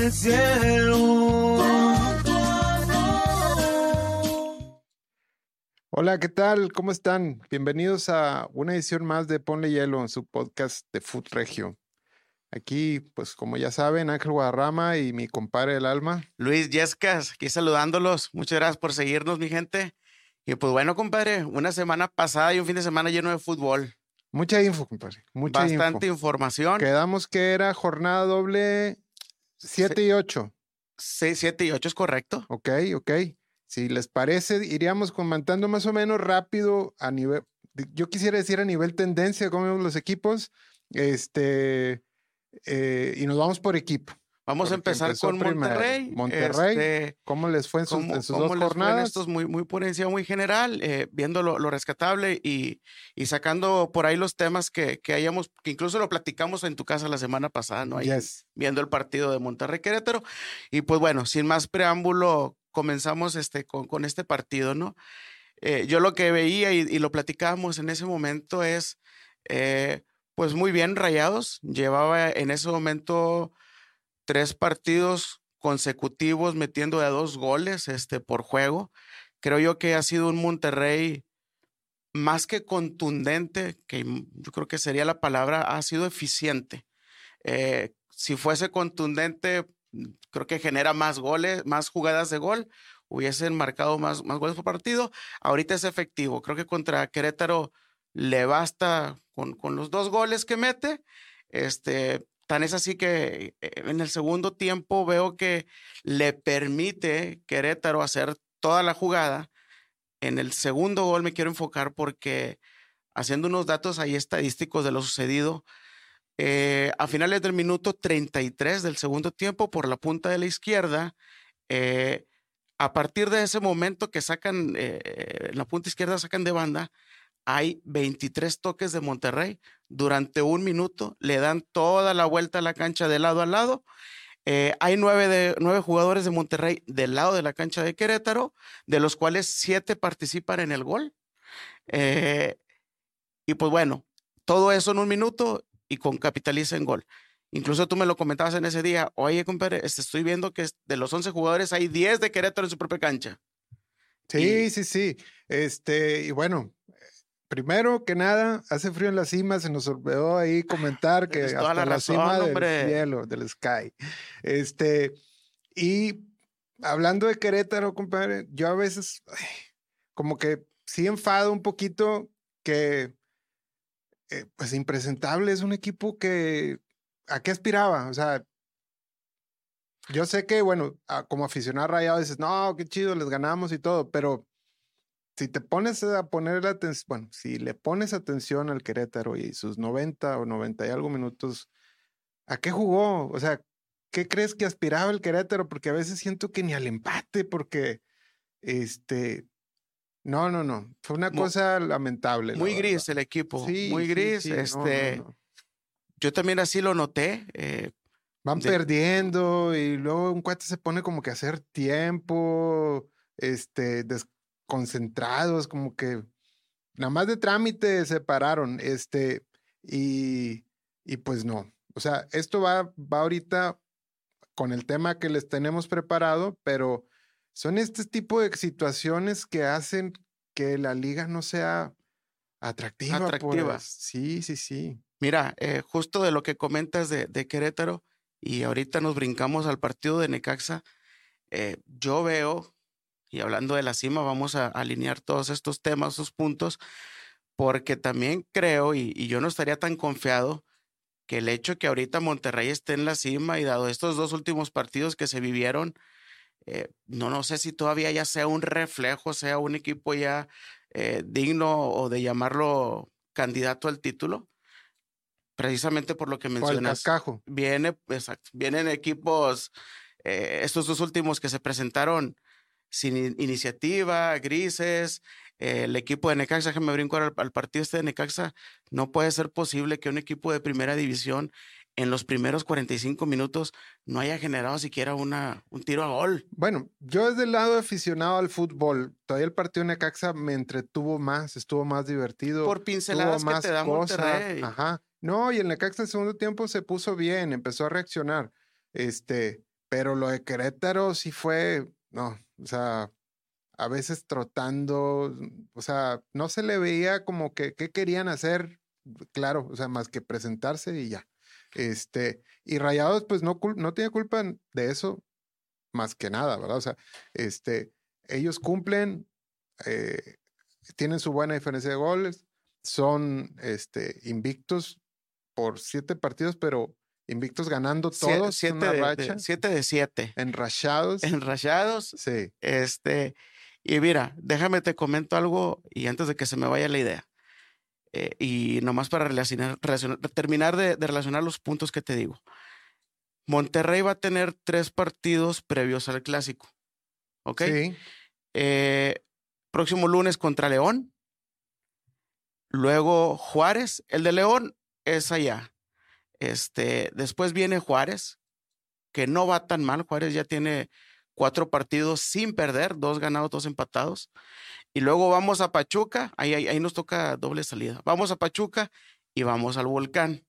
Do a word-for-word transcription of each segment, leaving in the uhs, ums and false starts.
el cielo. Hola, ¿qué tal? ¿Cómo están? Bienvenidos a una edición más de Ponle Hielo, en su podcast de Food Regio. Aquí, pues como ya saben, Ángel Guadarrama y mi compadre del alma. Luis Yescas, aquí saludándolos. Muchas gracias por seguirnos, mi gente. Y pues bueno, compadre, una semana pasada y un fin de semana lleno de fútbol. Mucha info, compadre. Mucha Bastante info. información. Quedamos que era jornada doble siete y ocho. seis, siete y ocho es correcto. Ok, ok. Si les parece, iríamos comentando más o menos rápido a nivel, yo quisiera decir a nivel tendencia, cómo vemos los equipos, este, eh, y nos vamos por equipo. Vamos a empezar con Monterrey. Primero. Monterrey, este, ¿cómo les fue en sus, ¿cómo, en sus cómo dos les fue en jornadas? estos muy, muy por encima, muy general, eh, viendo lo, lo rescatable y, y sacando por ahí los temas que, que hayamos, que incluso lo platicamos en tu casa la semana pasada, ¿no? Ahí, Yes. Viendo el partido de Monterrey Querétaro. Y pues bueno, sin más preámbulo, comenzamos este, con, con este partido, ¿no? Eh, yo lo que veía y, y lo platicábamos en ese momento es, eh, pues muy bien Rayados. Llevaba en ese momento tres partidos consecutivos metiendo de dos goles este, por juego. Creo yo que ha sido un Monterrey más que contundente, que yo creo que sería la palabra, ha sido eficiente. Eh, si fuese contundente, creo que genera más goles, más jugadas de gol, hubiesen marcado más, más goles por partido. Ahorita es efectivo. Creo que contra Querétaro le basta con, con los dos goles que mete. Este, tan es así que en el segundo tiempo veo que le permite Querétaro hacer toda la jugada. En el segundo gol me quiero enfocar porque haciendo unos datos ahí estadísticos de lo sucedido, eh, a finales del minuto treinta y tres del segundo tiempo por la punta de la izquierda, eh, a partir de ese momento que sacan, eh, en la punta izquierda sacan de banda, hay veintitrés toques de Monterrey. Durante un minuto le dan toda la vuelta a la cancha de lado a lado. Eh, hay nueve, de, nueve jugadores de Monterrey del lado de la cancha de Querétaro, de los cuales siete participan en el gol. Eh, y pues bueno, todo eso en un minuto y con capitaliza en gol. Incluso tú me lo comentabas en ese día. Oye, compadre, este, estoy viendo que de los once jugadores hay diez de Querétaro en su propia cancha. Sí, y... sí, sí. Este, y bueno, primero que nada, hace frío en la cima, se nos olvidó ahí comentar que hasta la, razón, cima hombre. del cielo, del sky. Este, y hablando de Querétaro, compadre, yo a veces ay, como que sí enfado un poquito que eh, pues impresentable, es un equipo que ¿a qué aspiraba? O sea, yo sé que, bueno, a, como aficionado a Rayados dices, no, qué chido, les ganamos y todo, pero si te pones a poner la atención, bueno, si le pones atención al Querétaro y sus noventa o noventa y algo minutos, ¿a qué jugó? O sea, ¿qué crees que aspiraba el Querétaro? Porque a veces siento que ni al empate, porque, este, no, no, no, fue una muy, cosa lamentable. Muy gris verdad. El equipo, sí, muy gris, sí, sí, este, no, no, no. Yo también así lo noté. Eh, Van de... perdiendo y luego un cuate se pone como que a hacer tiempo, este, desconcentrados, como que nada más de trámite se pararon, este, y, y pues no. O sea, esto va, va ahorita con el tema que les tenemos preparado, pero son este tipo de situaciones que hacen que la liga no sea atractiva. Atractiva. Pues. Sí, sí, sí. Mira, eh, justo de lo que comentas de, de Querétaro, y ahorita nos brincamos al partido de Necaxa, eh, yo veo, y hablando de la cima, vamos a, a alinear todos estos temas, estos puntos, porque también creo, y, y yo no estaría tan confiado, que el hecho que ahorita Monterrey esté en la cima y dado estos dos últimos partidos que se vivieron, eh, no, no sé si todavía ya sea un reflejo, sea un equipo ya eh, digno o de llamarlo candidato al título. Precisamente por lo que mencionas. O al cascajo. Viene, exacto, vienen equipos, eh, estos dos últimos que se presentaron sin in iniciativa, grises. Eh, el equipo de Necaxa, que me brinco al, al partido este de Necaxa, no puede ser posible que un equipo de primera división en los primeros cuarenta y cinco minutos no haya generado siquiera una, un tiro a gol. Bueno, yo desde el lado aficionado al fútbol, todavía el partido de Necaxa me entretuvo más, estuvo más divertido. Por pinceladas que más te da cosas. Monterrey. Ajá. No, y el Necaxa en el segundo tiempo se puso bien, empezó a reaccionar. Este, pero lo de Querétaro sí fue, no, o sea, a veces trotando, o sea, no se le veía como que qué querían hacer, claro, o sea, más que presentarse y ya. Este, y Rayados, pues no, no tiene culpa de eso más que nada, ¿verdad? O sea, este, ellos cumplen, eh, tienen su buena diferencia de goles, son este, invictos por siete partidos, pero invictos ganando Sie- todos, siete, una de, racha, de- siete de siete. enrachados. Enrayados. Sí. Este, y mira, déjame te comento algo y antes de que se me vaya la idea. Eh, y nomás para relacionar, relacionar- terminar de, de relacionar los puntos que te digo. Monterrey va a tener tres partidos previos al clásico. ¿Ok? Sí. Eh, próximo lunes contra León. Luego Juárez. El de León es allá. Este, después viene Juárez, que no va tan mal. Juárez ya tiene cuatro partidos sin perder, dos ganados, dos empatados. Y luego vamos a Pachuca, ahí, ahí, ahí nos toca doble salida. Vamos a Pachuca y vamos al Volcán.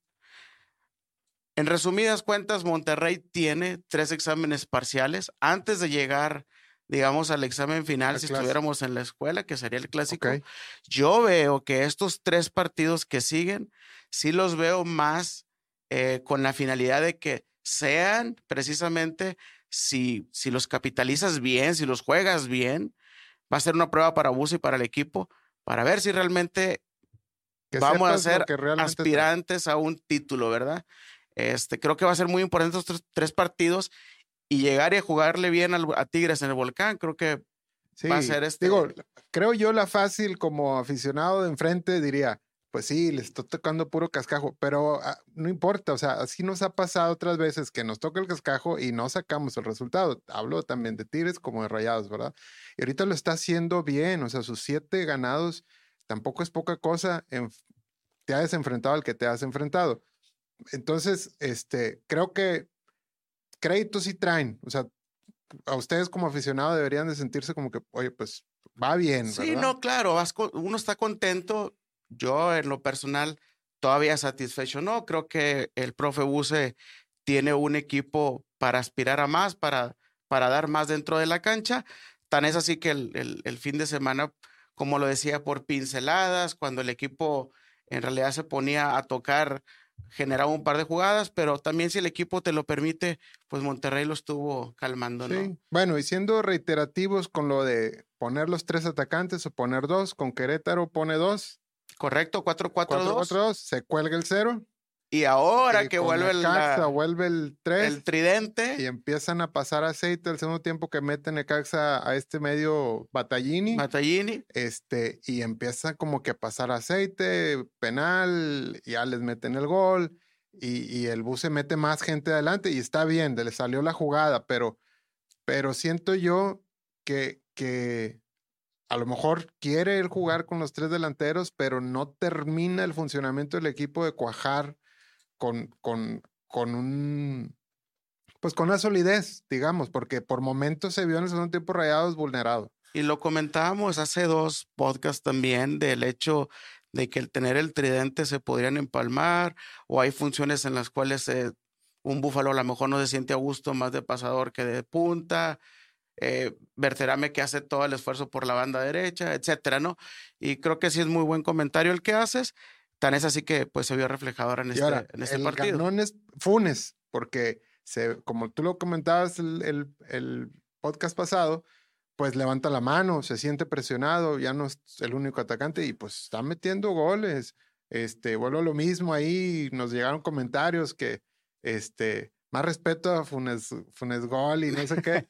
En resumidas cuentas, Monterrey tiene tres exámenes parciales antes de llegar, digamos, al examen final, Al si clásico. estuviéramos en la escuela, que sería el clásico. Ok. Yo veo que estos tres partidos que siguen, sí los veo más eh, con la finalidad de que sean precisamente, si, si los capitalizas bien, si los juegas bien, va a ser una prueba para Buso y para el equipo, para ver si realmente Que vamos a sepas lo ser que realmente traes. aspirantes a un título, ¿verdad? Este, creo que va a ser muy importante estos tres, tres partidos y llegar y a jugarle bien al, a Tigres en el Volcán, creo que Sí, va a ser este. digo, creo yo la fácil como aficionado de enfrente diría, pues sí, le estoy tocando puro cascajo, pero ah, no importa, o sea, así nos ha pasado otras veces que nos toca el cascajo y no sacamos el resultado. Hablo también de Tigres como de Rayados, ¿verdad? Y ahorita lo está haciendo bien, o sea, sus siete ganados tampoco es poca cosa, en, te has enfrentado al que te has enfrentado. Entonces, este, creo que créditos sí traen, o sea, a ustedes como aficionado deberían de sentirse como que, oye, pues va bien, Sí, ¿verdad? no, claro, vas con- uno está contento. Yo en lo personal todavía satisfecho, no, creo que el profe Buse tiene un equipo para aspirar a más, para, para dar más dentro de la cancha. Tan es así que el, el- el fin de semana, como lo decía, por pinceladas, cuando el equipo en realidad se ponía a tocar, generaba un par de jugadas, pero también si el equipo te lo permite, pues Monterrey lo estuvo calmando, ¿no? Sí, bueno, y siendo reiterativos con lo de poner los tres atacantes o poner dos, con Querétaro pone dos, Correcto, cuatro cuatro cuatro, dos. cuatro, dos, se cuelga el cero. Y ahora Y que con vuelve el, Necaxa la- vuelve el el tres y tridente, empiezan a pasar aceite el segundo tiempo que mete Necaxa a este medio Battaglini. Matallini, Este, y empieza como que a pasar aceite, penal, y ya les meten el gol, y, y el bus se mete más gente adelante, y está bien, le salió la jugada, pero, pero siento yo que, que a lo mejor quiere él jugar con los tres delanteros, pero no termina el funcionamiento del equipo de cuajar con, con, con un, pues con una solidez, digamos, porque por momentos se vio en el segundo tiempo Rayados vulnerado. y lo comentábamos hace dos podcasts también del hecho de que el tener el tridente se podrían empalmar, o hay funciones en las cuales eh, un Búfalo a lo mejor no se siente a gusto más de pasador que de punta, eh, Berterame que hace todo el esfuerzo por la banda derecha, etcétera, ¿no? Y creo que sí es muy buen comentario el que haces, tan es así que pues se vio reflejado ahora en Y este, ahora, en este el partido. ganón es Funes, porque se, como tú lo comentabas el, el, el podcast pasado, pues levanta la mano, se siente presionado, ya no es el único atacante y pues está metiendo goles. Este, vuelvo a lo mismo ahí, nos llegaron comentarios que, este, más respeto a Funes, Funes Gol y no sé qué.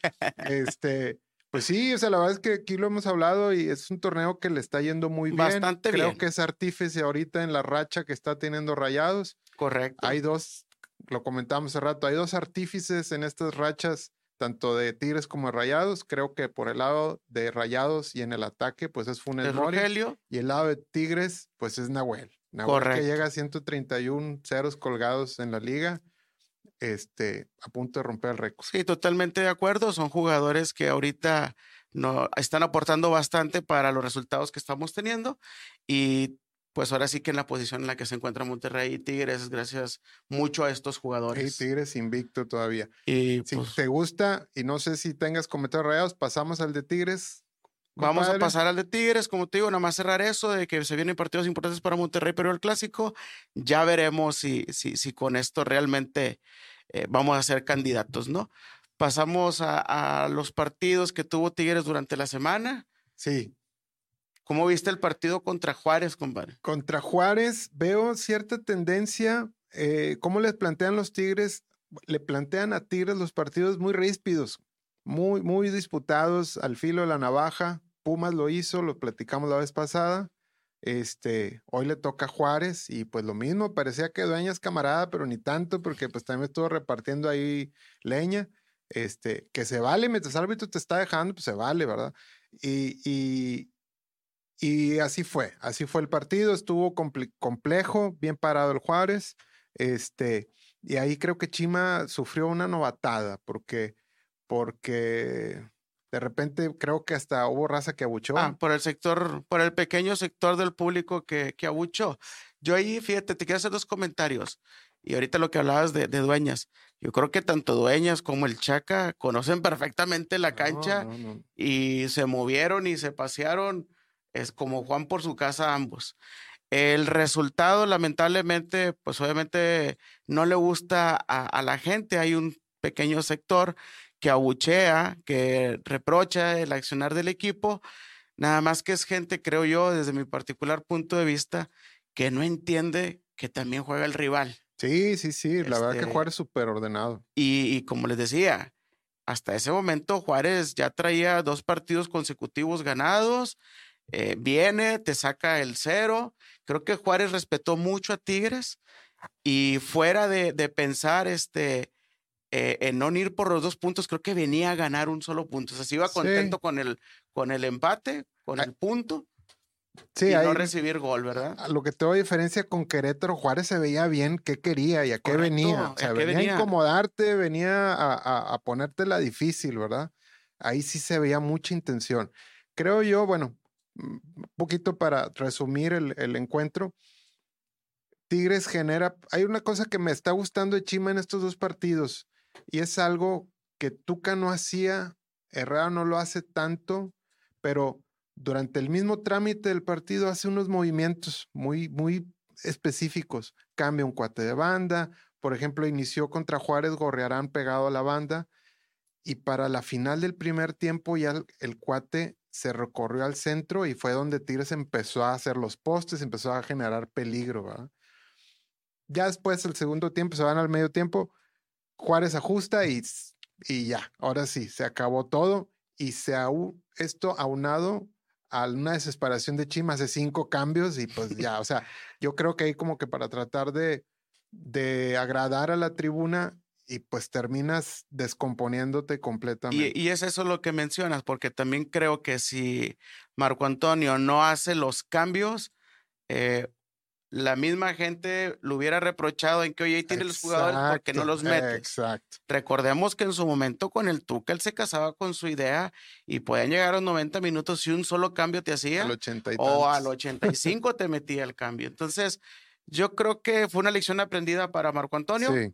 Este, pues sí, o sea, la verdad es que aquí lo hemos hablado y es un torneo que le está yendo muy bien. Bastante Creo bien. que es artífice ahorita en la racha que está teniendo Rayados. Correcto. Hay dos, lo comentamos hace rato, hay dos artífices en estas rachas, tanto de Tigres como de Rayados. Creo que por el lado de Rayados y en el ataque, pues es Funes Es Mori. Rogelio. Y el lado de Tigres, pues es Nahuel. Nahuel Correcto. que llega a ciento treinta y uno ceros colgados en la liga, este, a punto de romper el récord. Sí, totalmente de acuerdo. Son jugadores que ahorita no, están aportando bastante para los resultados que estamos teniendo y pues ahora sí que en la posición en la que se encuentra Monterrey y Tigres es gracias mucho a estos Sí, jugadores. Tigres invicto todavía. Y Si pues te gusta, y no sé si tengas comentarios rayados, pasamos al de Tigres, vamos a compadre. pasar al de Tigres, como te digo, nada más cerrar eso de que se vienen partidos importantes para Monterrey, pero el clásico, ya veremos si, si, si con esto realmente eh, vamos a ser candidatos, ¿no? Pasamos a, a los partidos que tuvo Tigres durante la semana. Sí. ¿Cómo viste el partido contra Juárez, compadre? Contra Juárez veo cierta tendencia, eh, cómo les plantean los Tigres, le plantean a Tigres los partidos muy ríspidos, muy, muy disputados, al filo de la navaja. Pumas lo hizo, lo platicamos la vez pasada. Este, hoy le toca a Juárez y pues lo mismo, parecía que Dueñas camarada, pero ni tanto, porque pues también estuvo repartiendo ahí leña. Este, que se vale, mientras el árbitro te está dejando, pues se vale, ¿verdad? Y, y, y así fue, así fue el partido, estuvo comple- complejo, bien parado el Juárez, este, y ahí creo que Chima sufrió una novatada, porque, porque de repente creo que hasta hubo raza que abuchó. Ah, por el sector, por el pequeño sector del público que, que abuchó. Yo ahí, fíjate, te quiero hacer dos comentarios. Y ahorita lo que hablabas de, de Dueñas, yo creo que tanto Dueñas como el Chaca conocen perfectamente la No, cancha no, no. y se movieron y se pasearon, es como Juan por su casa ambos. El resultado, lamentablemente, pues obviamente no le gusta a, a la gente. Hay un pequeño sector que abuchea, que reprocha el accionar del equipo. Nada más que es gente, creo yo, desde mi particular punto de vista, que no entiende que también juega el rival. Sí, sí, sí, la verdad que Este, Juárez súper ordenado. y, y como les decía, hasta ese momento Juárez ya traía dos partidos consecutivos ganados. Eh, viene, te saca el cero. Creo que Juárez respetó mucho a Tigres y fuera de, de pensar este, eh, en no ir por los dos puntos, creo que venía a ganar un solo punto. O sea, se iba Sí. contento con el, con el empate, con Ah, el punto Sí, y no ahí recibir gol, ¿verdad? a lo que te doy diferencia con Querétaro, Juárez se veía bien qué quería y a qué venía. Correcto, O sea, ¿a qué venía a venía? incomodarte, venía a, a, a ponértela difícil, ¿verdad? Ahí sí se veía mucha intención. Creo yo, bueno, un poquito para resumir el, el encuentro, Tigres genera, hay una cosa que me está gustando de Chima en estos dos partidos y es algo que Tuca no hacía, Herrera no lo hace tanto, pero durante el mismo trámite del partido hace unos movimientos muy, muy específicos. Cambia un cuate de banda, por ejemplo, inició contra Juárez, Gorrearán pegado a la banda y para la final del primer tiempo ya el, el cuate se recorrió al centro y fue donde Tigres empezó a hacer los postes, empezó a generar peligro, ¿verdad? Ya después, el segundo tiempo, se van al medio tiempo, Juárez ajusta y, y ya, ahora sí, se acabó todo y se au, esto aunado a una desesperación de Chima, hace cinco cambios y pues ya, o sea, yo creo que ahí como que para tratar de, de agradar a la tribuna y pues terminas descomponiéndote completamente. Y, y es eso lo que mencionas, porque también creo que si Marco Antonio no hace los cambios, eh, la misma gente lo hubiera reprochado en que, oye, ahí tiene los jugadores porque no los metes. Exacto. Recordemos que en su momento con el Tuca él se casaba con su idea y podían llegar a los noventa minutos si un solo cambio te hacía Al ochenta y o tantos. al ochenta y cinco te metía el cambio. Entonces, yo creo que fue una lección aprendida para Marco Antonio. Sí.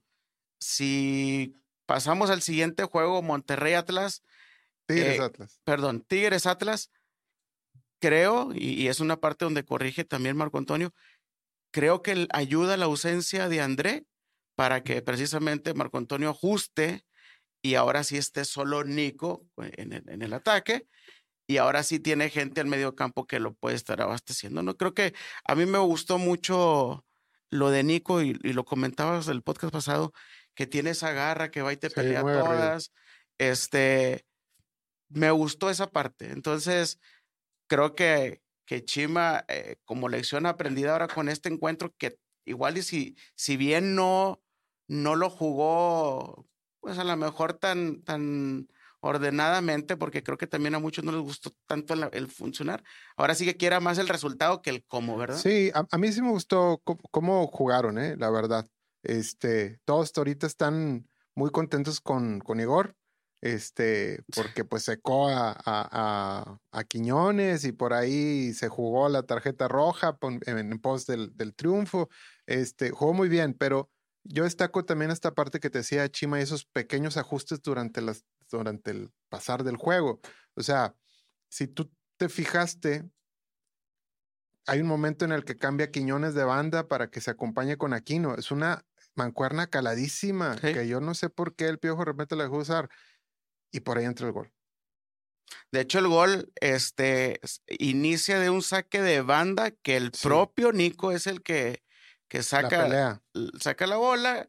Si pasamos al siguiente juego, Monterrey Atlas, Tigres eh, Atlas. perdón, Tigres Atlas, creo, y, y es una parte donde corrige también Marco Antonio, creo que el- ayuda la ausencia de André para que precisamente Marco Antonio ajuste y ahora sí esté solo Nico en el, en el ataque y ahora sí tiene gente al medio campo que lo puede estar abasteciendo. No creo que a mí me gustó mucho lo de Nico y, y lo comentabas el podcast pasado, que tiene esa garra que va y te Sí, pelea muy aguerrido. todas. Este, me gustó esa parte. Entonces, creo que, que Chima, eh, como lección aprendida ahora con este encuentro, que igual y si, si bien no, no lo jugó, pues a lo mejor tan, tan ordenadamente, porque creo que también a muchos no les gustó tanto el, el funcionar. Ahora sí que quiera más el resultado que el cómo, ¿verdad? Sí, a, a mí sí me gustó cómo, cómo jugaron, eh, la verdad. Este, todos ahorita están muy contentos con, con Igor. este, porque pues secó a, a, a, a Quiñones y por ahí se jugó la tarjeta roja pon- en pos del, del triunfo. Este, jugó muy bien, pero yo destaco también esta parte que te decía Chima y esos pequeños ajustes durante, las, durante el pasar del juego. O sea, si tú te fijaste, hay un momento en el que cambia Quiñones de banda para que se acompañe con Aquino. Es una mancuerna caladísima Sí. que yo no sé por qué el Piojo de repente la dejó usar y por ahí entra el gol. De hecho, el gol este, s- inicia de un saque de banda que el Sí. propio Nico es el que, que La saca, pelea. l- saca la bola,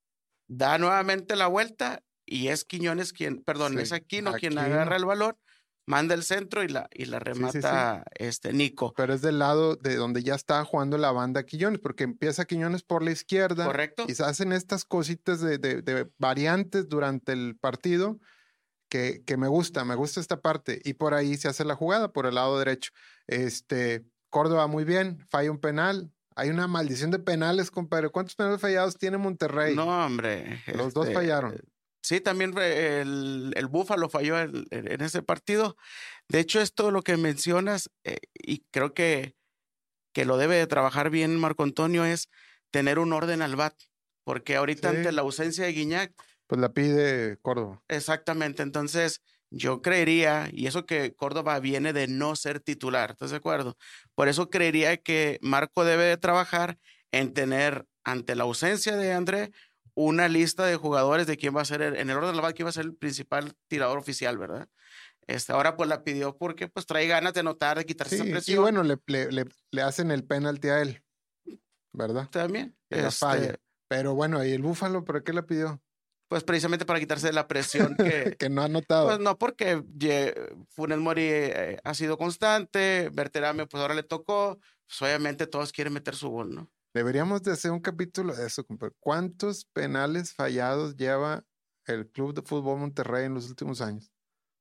da nuevamente la vuelta y es Quiñones quien, perdón, Sí. es Aquino quien Aquino. agarra el balón, manda el centro y la, y la Sí, sí, sí. remata este, Nico. Pero es del lado de donde ya está jugando la banda Quiñones, porque empieza Quiñones por la izquierda ¿Correcto? y se hacen estas cositas de, de- de variantes durante el partido que, que me gusta, me gusta esta parte. Y por ahí se hace la jugada, por el lado derecho. Este, Córdoba muy bien, falla un penal. Hay una maldición de penales, compadre. ¿Cuántos penales fallados tiene Monterrey? No, hombre. Los dos este, fallaron. Sí, también fue el, el Búfalo falló en, en- en ese partido. De hecho, esto lo que mencionas, eh, y creo que, que lo debe de trabajar bien Marco Antonio, es tener un orden al B A T. Porque ahorita ante Sí, la ausencia de Guiñac, pues la pide Córdoba. exactamente, entonces yo creería, y eso que Córdoba viene de no ser titular, ¿estás de acuerdo? Por eso creería que Marco debe de trabajar en tener ante la ausencia de André una lista de jugadores de quién va a ser, el- en el orden del B A T, quién va a ser el principal tirador oficial, ¿verdad? Este, ahora pues la pidió porque pues trae ganas de anotar, de quitarse esa Sí, y presión bueno, le, le, le, le hacen el penalti a él, ¿verdad? también. Y la falla. Este, Pero bueno, ¿y el Búfalo por qué la pidió? pues precisamente para quitarse de la presión que, Que no ha pues anotado. no, porque ye- Funes Mori eh, ha sido constante, Berterame pues ahora le tocó, pues obviamente todos quieren meter su gol, ¿no? Deberíamos de hacer un capítulo de eso, compadre. ¿Cuántos penales fallados lleva el Club de Fútbol Monterrey en los últimos años?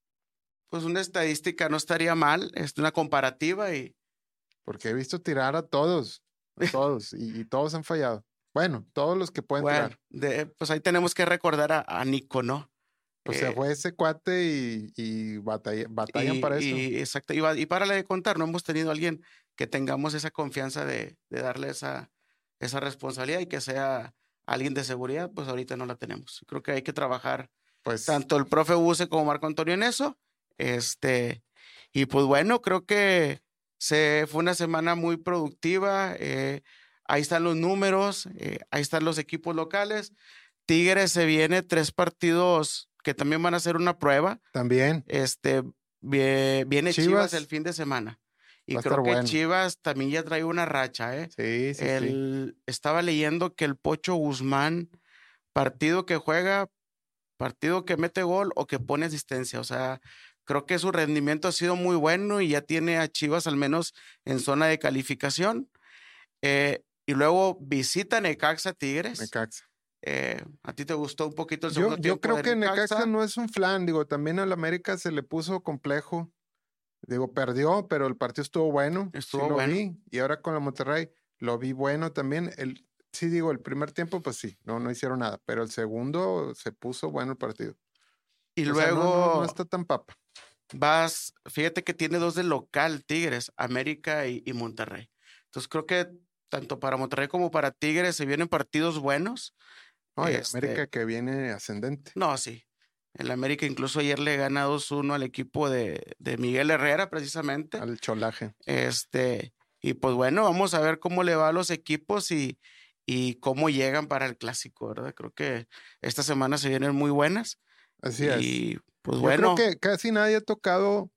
Pues una estadística no estaría mal, es una comparativa y Porque he visto tirar a todos, a todos, y, y todos han fallado. Bueno, todos los que pueden bueno, tirar. de- pues ahí tenemos que recordar a, a Nico, ¿no? Pues se Eh, fue ese cuate y, y batalla- batallan para eso. y, y exacto, y, va- y párale de contar, no hemos tenido a alguien que tengamos esa confianza de, de darle esa, esa responsabilidad y que sea alguien de seguridad, pues ahorita no la tenemos. Creo que hay que trabajar Pues tanto el profe Buse como Marco Antonio en eso. Este, y pues bueno, creo que se, fue una semana muy productiva. Eh, ahí están los números, eh, ahí están los equipos locales. Tigres se viene tres partidos que también van a ser una prueba. también Este, vie- viene Chivas el Chivas fin de semana. Y va a creo estar que bueno. Chivas también ya trae una racha, ¿eh? Sí, sí, sí. El, estaba leyendo que el Pocho Guzmán, partido que juega, partido que mete gol o que pone asistencia. O sea, creo que su rendimiento ha sido muy bueno y ya tiene a Chivas al menos en zona de calificación. Eh, y luego visita Necaxa Tigres. Necaxa. Eh, ¿a ti te gustó un poquito el Yo, segundo yo tiempo creo de que Necaxa Necaxa? no es un flan, digo, también al América se le puso complejo. Digo, perdió, pero el partido estuvo bueno. Estuvo sí lo bueno. vi. Y ahora con la Monterrey lo vi bueno también. El, sí, digo, el primer tiempo, pues sí, no, no hicieron nada. Pero el segundo se puso bueno el partido. Y O sea, no, no, no luego está tan papa. vas, fíjate que tiene dos de local, Tigres, América y, y Monterrey. Entonces creo que tanto para Monterrey como para Tigres se vienen partidos buenos. Oye, Este, América que viene ascendente. no, sí. El América incluso ayer le gana dos uno al equipo de, de Miguel Herrera, precisamente. Al cholaje. Este, y pues bueno, vamos a ver cómo le va a los equipos y, y cómo llegan para el clásico, ¿verdad? Creo que esta semana se vienen muy buenas. Así es. Y pues Yo bueno, creo que casi nadie ha tocado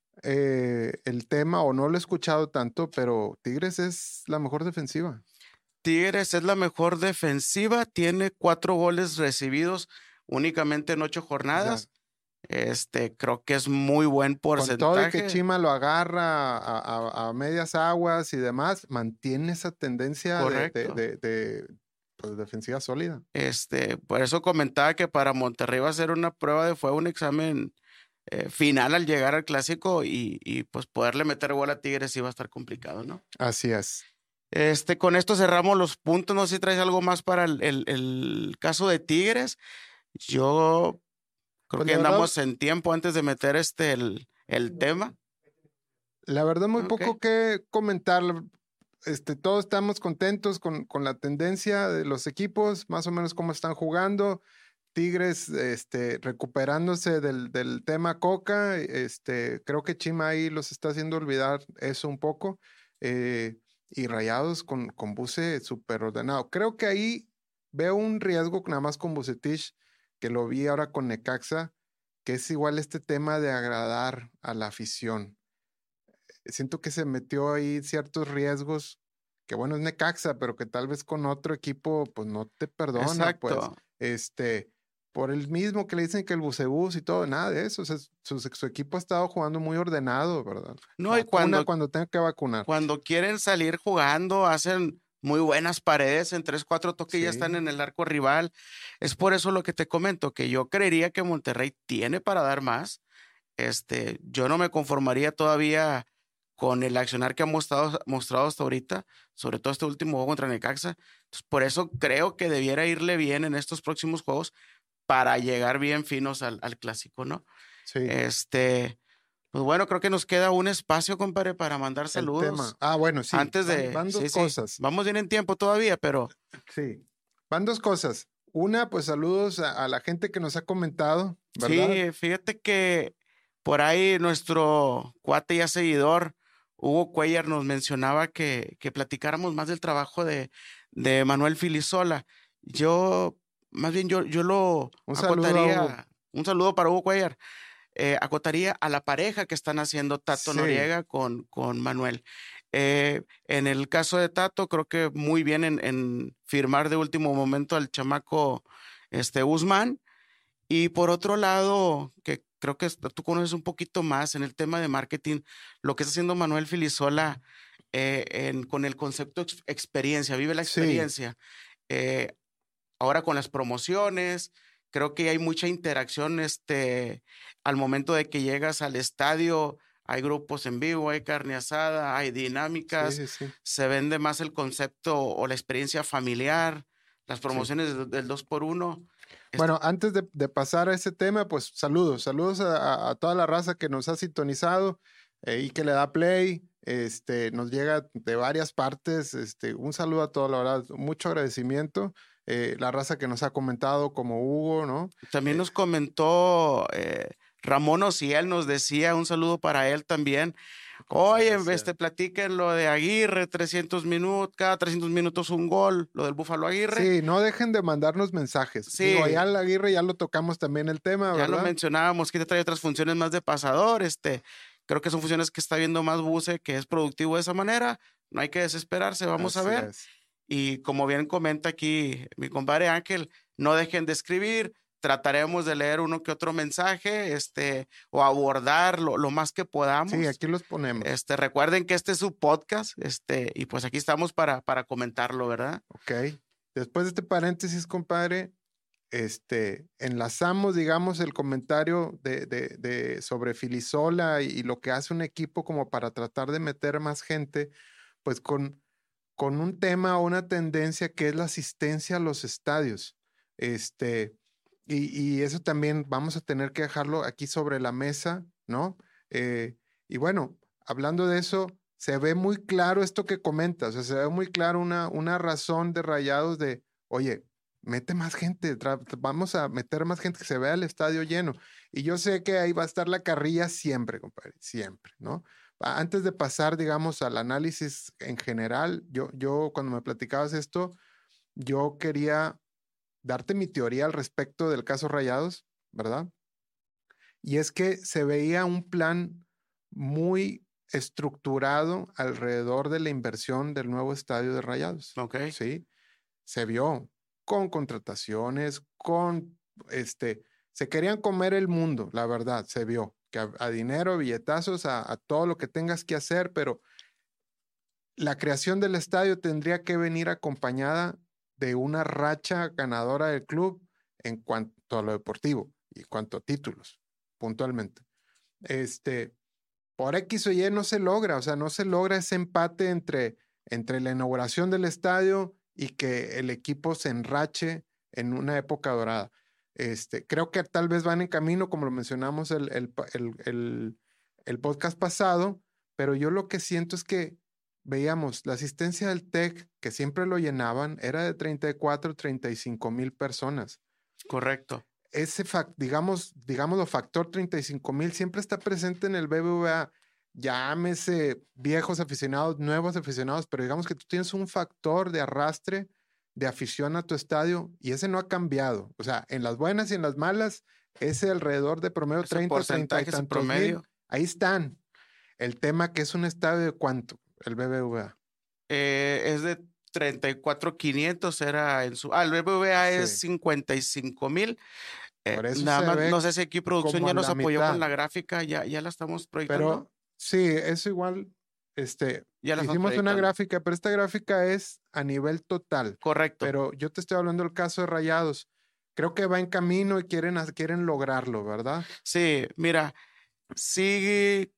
eh, el tema o no lo he escuchado tanto, pero Tigres es la mejor defensiva. Tigres es la mejor defensiva, tiene cuatro goles recibidos únicamente en ocho O sea, jornadas. Este, creo que es muy buen con todo y que porcentaje. Chima lo agarra a, a- a medias aguas y demás, mantiene esa tendencia de, de- Correcto. de- de, pues, defensiva sólida. Este, por eso comentaba que para Monterrey va a ser una prueba de fuego, un examen eh, final al llegar al clásico y, y, pues poderle meter gol a Tigres sí va a estar complicado, ¿no? Así es. Este, con esto cerramos los puntos. No sé si traes algo más para el, el- el caso de Tigres. Yo Creo Pues que la verdad, andamos en tiempo antes de meter este el, el tema. la verdad, muy Ok. poco que comentar. Este, todos estamos contentos con, con la tendencia de los equipos, más o menos cómo están jugando. Tigres, este, recuperándose del, del tema Coca, este, creo que Chima ahí los está haciendo olvidar eso un poco. eh, y Rayados con, con Buse súper ordenado. Creo que ahí veo un riesgo nada más con Bucetich, que lo vi ahora con Necaxa, que es igual este tema de agradar a la afición. Siento que se metió ahí ciertos riesgos, que bueno, es Necaxa, pero que tal vez con otro equipo, pues no te perdona, pues, Exacto. este, por el mismo que le dicen que el bucebús y todo, nada de eso, o sea, su, su equipo ha estado jugando muy ordenado, ¿verdad? No, y Vacuna cuando, cuando tenga que vacunar. cuando quieren salir jugando, hacen muy buenas paredes, en tres, cuatro toques ya están Sí, en el arco rival. Es por eso lo que te comento, que yo creería que Monterrey tiene para dar más. Este, yo no me conformaría todavía con el accionar que ha mostrado, mostrado hasta ahorita, sobre todo este último juego contra Necaxa. Entonces, por eso creo que debiera irle bien en estos próximos juegos para llegar bien finos al, al clásico, ¿no? sí, Este, pues bueno, creo que nos queda un espacio, compadre, para mandar el tema. saludos. Ah, bueno, sí, Antes van, de, van dos sí, sí, cosas. vamos bien en tiempo todavía, pero Sí, van dos cosas. Una, pues saludos a, a la gente que nos ha comentado, ¿verdad? sí, fíjate que por ahí nuestro cuate y seguidor, Hugo Cuellar, nos mencionaba que, que platicáramos más del trabajo de, de Manuel Filisola. Yo, más bien, yo, yo lo Un saludo a Hugo. acotaría, un saludo para Hugo Cuellar, eh, acotaría a la pareja que están haciendo Tato Sí, Noriega con, con Manuel. Eh, en el caso de Tato, creo que muy bien en, en firmar de último momento al chamaco este, Guzmán. Y por otro lado, que creo que tú conoces un poquito más en el tema de marketing, lo que está haciendo Manuel Filisola eh, en- con el concepto ex- experiencia, vive la sí. experiencia. Eh, Ahora con las promociones, creo que hay mucha interacción este, al momento de que llegas al estadio. Hay grupos en vivo, hay carne asada, hay Sí, dinámicas, sí, sí, se vende más el concepto o la experiencia familiar, las sí. promociones del, del dos por uno. Este, Bueno, antes de, de pasar a ese tema, pues saludos, saludos a, a- a toda la raza que nos ha sintonizado eh, y que le da play. Este, nos llega de varias partes. Este, un saludo a toda la verdad, mucho agradecimiento. Eh, la raza que nos ha comentado, como Hugo, ¿no? También Eh, nos comentó eh, Ramón Ociel, nos decía un saludo para él también. muchas Oye, gracias. este, platiquen lo de Aguirre, trescientos minutos, cada trescientos minutos un gol, lo del Búfalo Aguirre. Sí, no dejen de mandarnos mensajes. Digo, allá Sí, al Aguirre ya lo tocamos también el tema, ya lo ¿verdad? mencionábamos, que trae otras funciones más de pasador, este, creo que son funciones que está viendo más Buse, que es productivo de esa manera. No hay que desesperarse, vamos a Así ver. es. Y como bien comenta aquí mi compadre Ángel, no dejen de escribir, trataremos de leer uno que otro mensaje, este, o abordar lo, lo más que Sí, podamos. aquí los ponemos. Este, recuerden que este es su podcast, este, y pues aquí estamos para, para comentarlo, ¿verdad? Ok. Después de este paréntesis, compadre, este, enlazamos, digamos, el comentario de, de, de sobre Filisola y, y lo que hace un equipo como para tratar de meter más gente, pues con, con un tema o una tendencia que es la asistencia a los estadios. Este, y, y eso también vamos a tener que dejarlo aquí sobre la mesa, ¿no? Eh, y bueno, hablando de eso, se ve muy claro esto que comentas, o sea, se ve muy claro una, una razón de Rayados de, oye, mete más gente, tra- vamos a meter más gente que se vea el estadio lleno. Y yo sé que ahí va a estar la carrilla siempre, compadre, siempre, ¿no? A- Antes de pasar, digamos, al análisis en general, yo, yo cuando me platicabas esto, yo quería darte mi teoría al respecto del caso Rayados, ¿verdad? Y es que se veía un plan muy estructurado alrededor de la inversión del nuevo estadio de Rayados, Ok. ¿sí? Se vio con contrataciones, con este, se querían comer el mundo, la verdad, se vio que a, a dinero, billetazos, a, a todo lo que tengas que hacer, pero la creación del estadio tendría que venir acompañada de una racha ganadora del club en cuanto a lo deportivo y en cuanto a títulos, puntualmente. Este, por X o Y no se logra, o sea, no se logra ese empate entre, entre la inauguración del estadio y que el equipo se enrache en una época dorada. Este, creo que tal vez van en camino, como lo mencionamos el, el, el, el, el podcast pasado, pero yo lo que siento es que veíamos la asistencia del TEC, que siempre lo llenaban, era de treinta y cuatro, treinta y cinco mil personas. Correcto. Ese, fac, digamos, digámoslo, factor treinta y cinco mil siempre está presente en el B B V A. Llámese viejos aficionados, nuevos aficionados, pero digamos que tú tienes un factor de arrastre de afición a tu estadio y ese no ha cambiado. O sea, en las buenas y en las malas, ese alrededor de promedio Ese treinta, treinta y porcentaje, ese tantos mil, promedio. ahí están. El tema que es un estadio de cuánto, el B B V A. Eh, es de treinta y cuatro quinientos, era en su... Ah, el B B V A es Sí. cincuenta y cinco mil. Eh, Por eso nada se más, ve no sé si aquí producción como ya a nos la apoyó mitad. con la gráfica, ya, ya la estamos proyectando. Pero sí, eso igual, este, Ya la estamos hicimos una proyectando. gráfica, pero esta gráfica es a nivel total. Correcto. Pero yo te estoy hablando del caso de Rayados. Creo que va en camino y quieren, quieren lograrlo, ¿verdad? Sí, mira, sigue,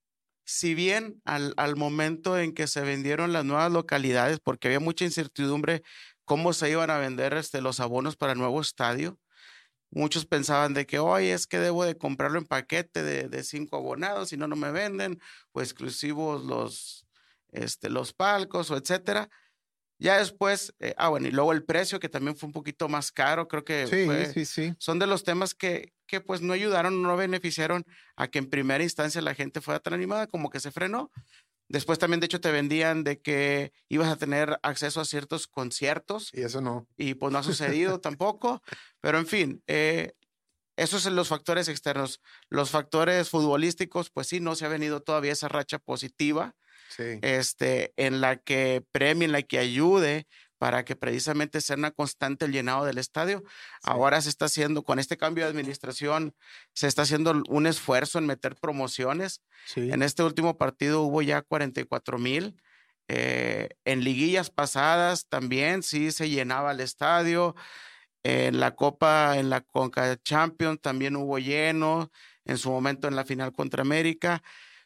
si bien al, al momento en que se vendieron las nuevas localidades, porque había mucha incertidumbre cómo se iban a vender este, los abonos para el nuevo estadio, muchos pensaban de que, oye, es que debo de comprarlo en paquete de, de cinco abonados, si no, no me venden, o exclusivos los, este, los palcos, o etcétera. Ya después, eh, ah, bueno, y luego el precio, que también fue un poquito más caro, creo que Sí, fue, sí, sí. son de los temas que, que pues no ayudaron, no beneficiaron a que en primera instancia la gente fuera tan animada, como que se frenó. Después también, de hecho, te vendían de que ibas a tener acceso a ciertos conciertos Y eso no. y pues no ha sucedido tampoco, pero en fin, eh, esos son los factores externos. Los factores futbolísticos, pues sí, no se ha venido todavía esa racha positiva. Sí. Este, en la que premie, en la que ayude para que precisamente sea una constante el llenado del estadio. Sí. Ahora se está haciendo, con este cambio de administración, se está haciendo un esfuerzo en meter promociones. Sí. En este último partido hubo ya cuarenta y cuatro mil. Eh, en liguillas pasadas también sí se llenaba el estadio. En la Copa, en la Conca Champions también hubo lleno. En su momento en la final contra América.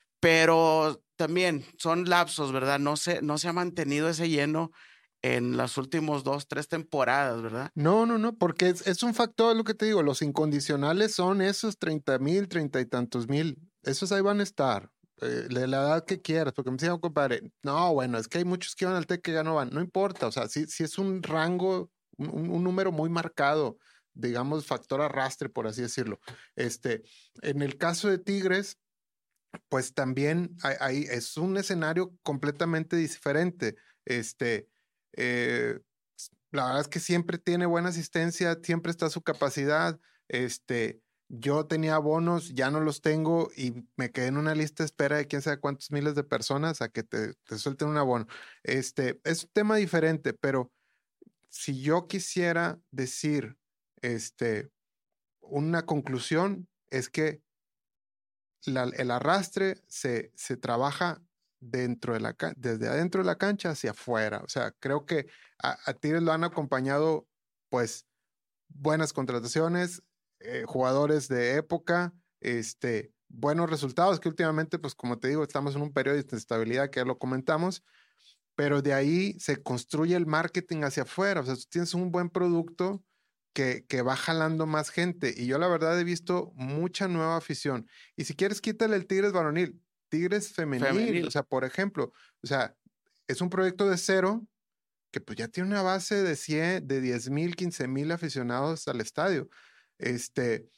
Pero también son lapsos, ¿verdad? No se, no se ha mantenido ese lleno en las últimas dos, tres temporadas, ¿verdad? No, no, no, porque es, es un factor, lo que te digo, los incondicionales son esos treinta mil, treinta y tantos mil. Esos ahí van a estar. Eh, de la edad que quieras, porque me decían, compadre, no, bueno, es que hay muchos que van al TEC que ya no van. No importa, o sea, si, si es un rango, un, un número muy marcado, digamos, factor arrastre, por así decirlo. Este, en el caso de Tigres, pues también hay, hay, es un escenario completamente diferente. Este, eh, la verdad es que siempre tiene buena asistencia, siempre está a su capacidad. Este, yo tenía bonos, ya no los tengo y me quedé en una lista de espera de quién sabe cuántos miles de personas a que te, te suelten un abono. Este, es un tema diferente, pero si yo quisiera decir, este, una conclusión es que La, el arrastre se, se trabaja dentro de la desde adentro de la cancha hacia afuera. O sea, creo que a, a Tigres lo han acompañado, pues, buenas contrataciones, eh, jugadores de época, este, buenos resultados, que últimamente, pues, como te digo, estamos en un periodo de inestabilidad, que ya lo comentamos, pero de ahí se construye el marketing hacia afuera. O sea, tú tienes un buen producto que, que va jalando más gente. Y yo la verdad he visto mucha nueva afición. Y si quieres, quítale el Tigres varonil, Tigres femenil. Femenil. O sea, por ejemplo, o sea, es un proyecto de cero que pues ya tiene una base de cien, de diez mil, quince mil aficionados al estadio. Este,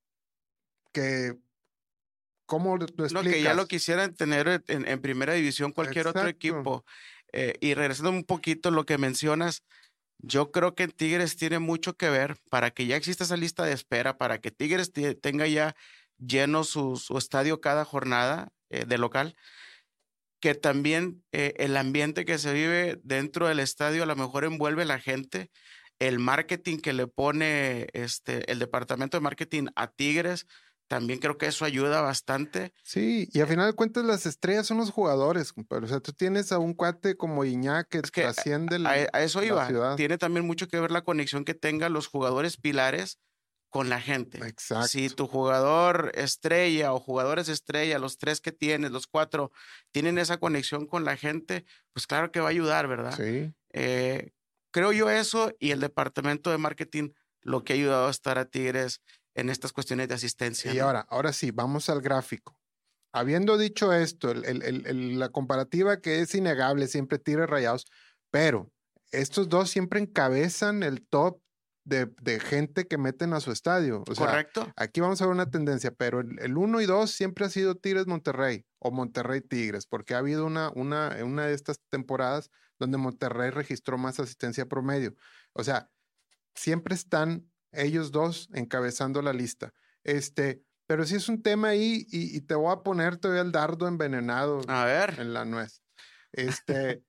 que, ¿cómo lo explicas? No, que ya lo quisieran tener en, en primera división cualquier Exacto. otro equipo. Eh, y regresando un poquito a lo que mencionas, yo creo que Tigres tiene mucho que ver para que ya exista esa lista de espera, para que Tigres tenga ya lleno su, su estadio cada jornada eh, de local, que también eh, el ambiente que se vive dentro del estadio a lo mejor envuelve a la gente, el marketing que le pone este, el departamento de marketing a Tigres, también creo que eso ayuda bastante. Sí, y a final de cuentas las estrellas son los jugadores, compadre. O sea, tú tienes a un cuate como Iñak que, Es que trasciende el, a, a eso la iba. ciudad. Tiene también mucho que ver la conexión que tengan los jugadores pilares con la gente. Exacto. Si tu jugador estrella o jugadores estrella, los tres que tienes, los cuatro, tienen esa conexión con la gente, pues claro que va a ayudar, ¿verdad? Sí. Eh, creo yo eso, y el departamento de marketing lo que ha ayudado a estar a Tigres en estas cuestiones de asistencia. Y ¿no? ahora, ahora sí, vamos al gráfico. Habiendo dicho esto, el, el, el, el, la comparativa que es innegable, siempre Tigres Rayados, pero estos dos siempre encabezan el top de, de gente que meten a su estadio. O sea, correcto. aquí vamos a ver una tendencia, pero el, el uno y dos siempre ha sido Tigres Monterrey o Monterrey Tigres, porque ha habido una, una, una de estas temporadas donde Monterrey registró más asistencia promedio. O sea, siempre están ellos dos encabezando la lista. Este, pero sí es un tema ahí y, y te voy a poner todavía el dardo envenenado A ver. en la nuez. Este,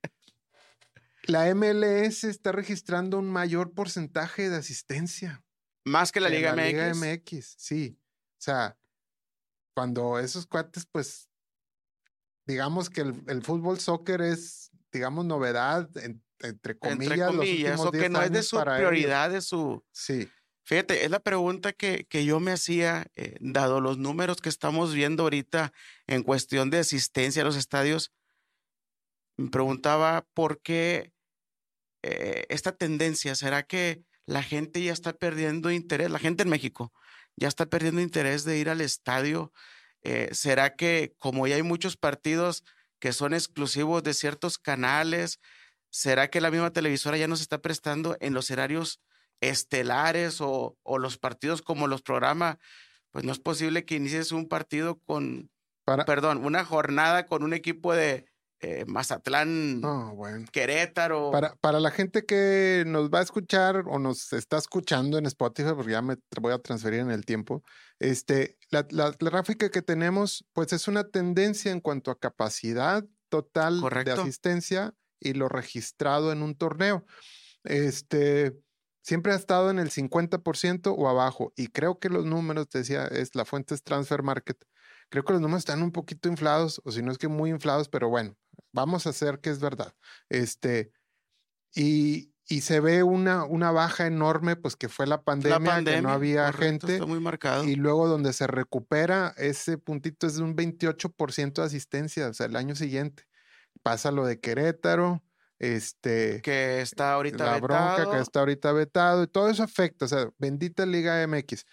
la M L S está registrando un mayor porcentaje de asistencia. Más que la que Liga la M X. Liga M X, sí. O sea, cuando esos cuates, pues, digamos que el, el fútbol soccer es, digamos, novedad, en, entre comillas, Entre comillas, los últimos o que diez no es de años su para prioridad, ellos. de su... Sí. Fíjate, es la pregunta que, que yo me hacía, eh, dado los números que estamos viendo ahorita en cuestión de asistencia a los estadios. Me preguntaba por qué eh, esta tendencia. ¿Será que la gente ya está perdiendo interés? La gente en México ya está perdiendo interés de ir al estadio. Eh, ¿será que como ya hay muchos partidos que son exclusivos de ciertos canales, será que la misma televisora ya no se está prestando en los horarios estelares o, o los partidos como los programa? Pues no es posible que inicies un partido con, Para, perdón, una jornada con un equipo de eh, Mazatlán, oh, bueno. Querétaro. Para, para la gente que nos va a escuchar o nos está escuchando en Spotify, porque ya me voy a transferir en el tiempo, este, la, la, la gráfica que tenemos, pues es una tendencia en cuanto a capacidad total Correcto. de asistencia y lo registrado en un torneo. Este, siempre ha estado en el cincuenta por ciento o abajo, y creo que los números, te decía, es la fuente es Transfer Market. Creo que los números están un poquito inflados, o si no es que muy inflados, pero bueno, vamos a hacer que es verdad. Este, y, y se ve una, una baja enorme, pues que fue la pandemia, La pandemia, que no había correcto, gente. está muy marcado. Y luego donde se recupera ese puntito es de un veintiocho por ciento de asistencia, o sea, el año siguiente. Pasa lo de Querétaro, este, que está ahorita la vetado. bronca que está ahorita vetado, y todo eso afecta, o sea, bendita Liga M X.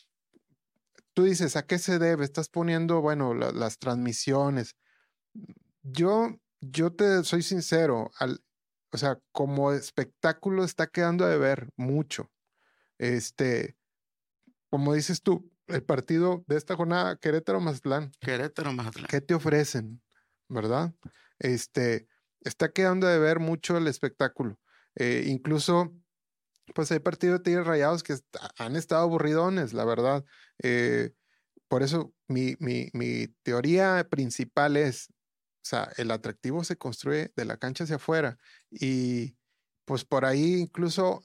Tú dices, ¿a qué se debe? Estás poniendo, bueno, la, las transmisiones. Yo, yo te soy sincero, al, o sea, como espectáculo está quedando de ver mucho. Este, como dices tú, el partido de esta jornada, Querétaro-Mazatlán, Querétaro, Mazatlán. ¿qué te ofrecen? ¿Verdad? Este, está quedando de ver mucho el espectáculo. Eh, incluso, pues hay partidos de Tigres Rayados que est- han estado aburridones, la verdad. Eh, por eso mi, mi, mi teoría principal es, o sea, el atractivo se construye de la cancha hacia afuera. Y pues por ahí incluso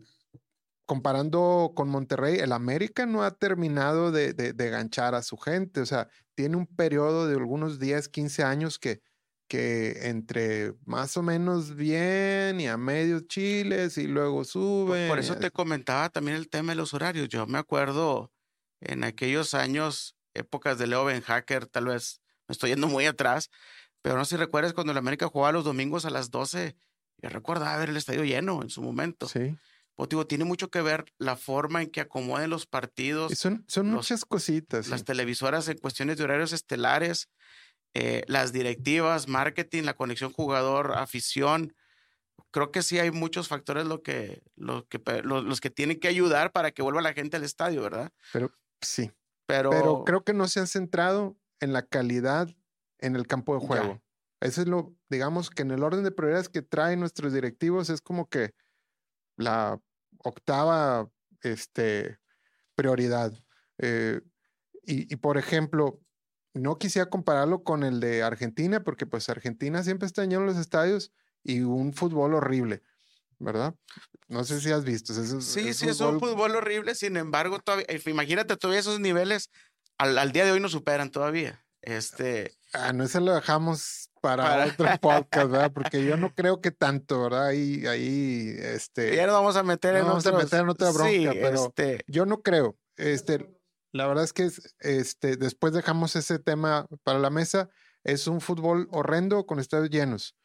comparando con Monterrey, el América no ha terminado de, de, de ganchar a su gente. O sea, tiene un periodo de algunos diez, quince años que, que entre más o menos bien y a medios chiles y luego Por, sube. por eso te comentaba también el tema de los horarios. Yo me acuerdo en aquellos años, épocas de Leo Ben Hacker, tal vez me estoy yendo muy atrás, pero no sé si recuerdas cuando el América jugaba los domingos a las doce. Yo recordaba ver el estadio lleno en su momento. Sí. Pues digo, tiene mucho que ver la forma en que acomoden los partidos. Y son, son los, muchas cositas. Las sí. televisoras en cuestiones de horarios estelares, eh, las directivas, marketing, la conexión jugador-afición. Creo que sí hay muchos factores lo que, lo que, lo, los que tienen que ayudar para que vuelva la gente al estadio, ¿verdad? Pero sí. Pero, Pero creo que no se han centrado en la calidad en el campo de juego. Ya. Eso es lo, digamos que en el orden de prioridades que traen nuestros directivos es como que la octava este, prioridad. Eh, y, y, por ejemplo, no quisiera compararlo con el de Argentina, porque pues Argentina siempre está lleno los estadios y un fútbol horrible, ¿verdad? No sé si has visto. Es, sí, es sí, fútbol... es un fútbol horrible, sin embargo, todavía, imagínate, todavía esos niveles al, al día de hoy nos superan todavía. Este... Ah, no, eso lo dejamos para, para... otro podcast, ¿verdad? Porque yo no creo que tanto, ¿verdad? Ahí, ahí, este... Ya nos vamos a meter no en vamos otros... a meter en otra bronca, sí, pero este... yo no creo. Este, la verdad es que este, después dejamos ese tema para la mesa. Es un fútbol horrendo con estadios llenos.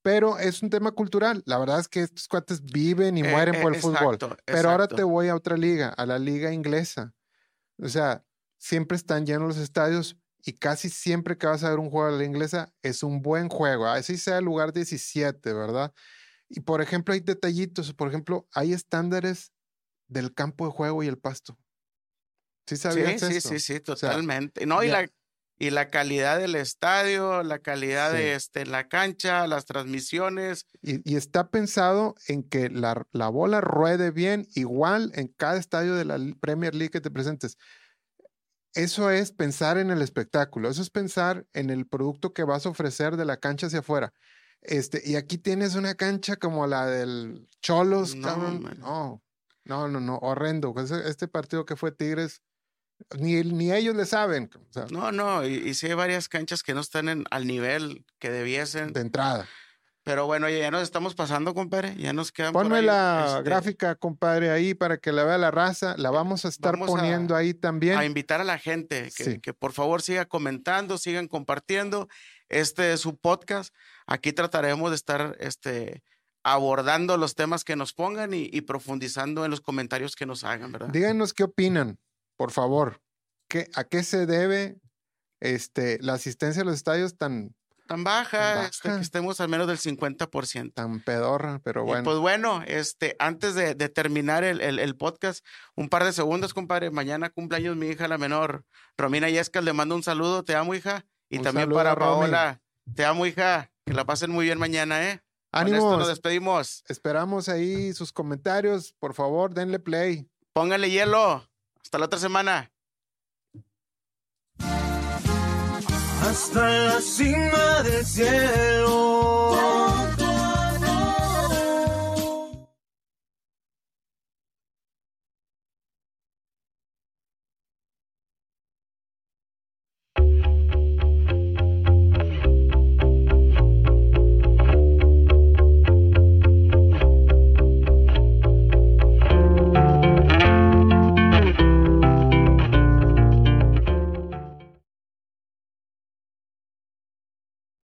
pero es un tema cultural. La verdad es que estos cuates viven y Eh, mueren eh, por el fútbol. exacto, Pero ahora exacto. te voy a otra liga, a la liga inglesa. O sea, siempre están llenos los estadios y casi siempre que vas a ver un juego de la inglesa es un buen juego. Así sea el lugar diecisiete, ¿verdad? Y por ejemplo, hay detallitos. Por ejemplo, hay estándares del campo de juego y el pasto. ¿Sí Sí, sabías sí, eso? sí, sí, O sea, totalmente. No, y ya, la, y la calidad del estadio, la calidad de sí. este, la cancha, las transmisiones. Y, y está pensado en que la, la bola ruede bien, igual en cada estadio de la L- Premier League que te presentes. Eso es pensar en el espectáculo, eso es pensar en el producto que vas a ofrecer de la cancha hacia afuera. Este, y aquí tienes una cancha como la del Cholos, No, cabrón. hombre. No, no, no, no, horrendo. Pues, Ese- Este partido que fue Tigres, ni, ni ellos le saben, o sea, No, no, y, y sí hay varias canchas que no están en, al nivel que debiesen. de entrada. Pero bueno, oye, ya nos estamos pasando, compadre. Ya nos quedan por Ponme ahí. la Este, gráfica, compadre, ahí para que la vea la raza. La vamos a estar vamos poniendo a, ahí a también. invitar a la gente que, Sí. que por favor siga comentando, sigan compartiendo. Este es su podcast. Aquí trataremos de estar este, abordando los temas que nos pongan y, y profundizando en los comentarios que nos hagan, ¿verdad? Díganos qué opinan, por favor. ¿Qué, ¿A qué se debe este, la asistencia a los estadios tan, Tan tan baja, este, que baja, estemos al menos del cincuenta por ciento. tan pedorra? Pero Y bueno, pues bueno, este, antes de, de terminar el, el- el podcast, un par de segundos, compadre. Mañana cumpleaños mi hija, la menor, Romina Yescas, le mando un saludo, te amo, hija. Y un también saludo, para Romy. Paola, te amo, hija. Que la pasen muy bien mañana, ¿eh? Con esto nos ánimos. despedimos. Esperamos ahí sus comentarios. Por favor, denle play. Pónganle hielo. Hasta la otra semana. hasta la cima del cielo.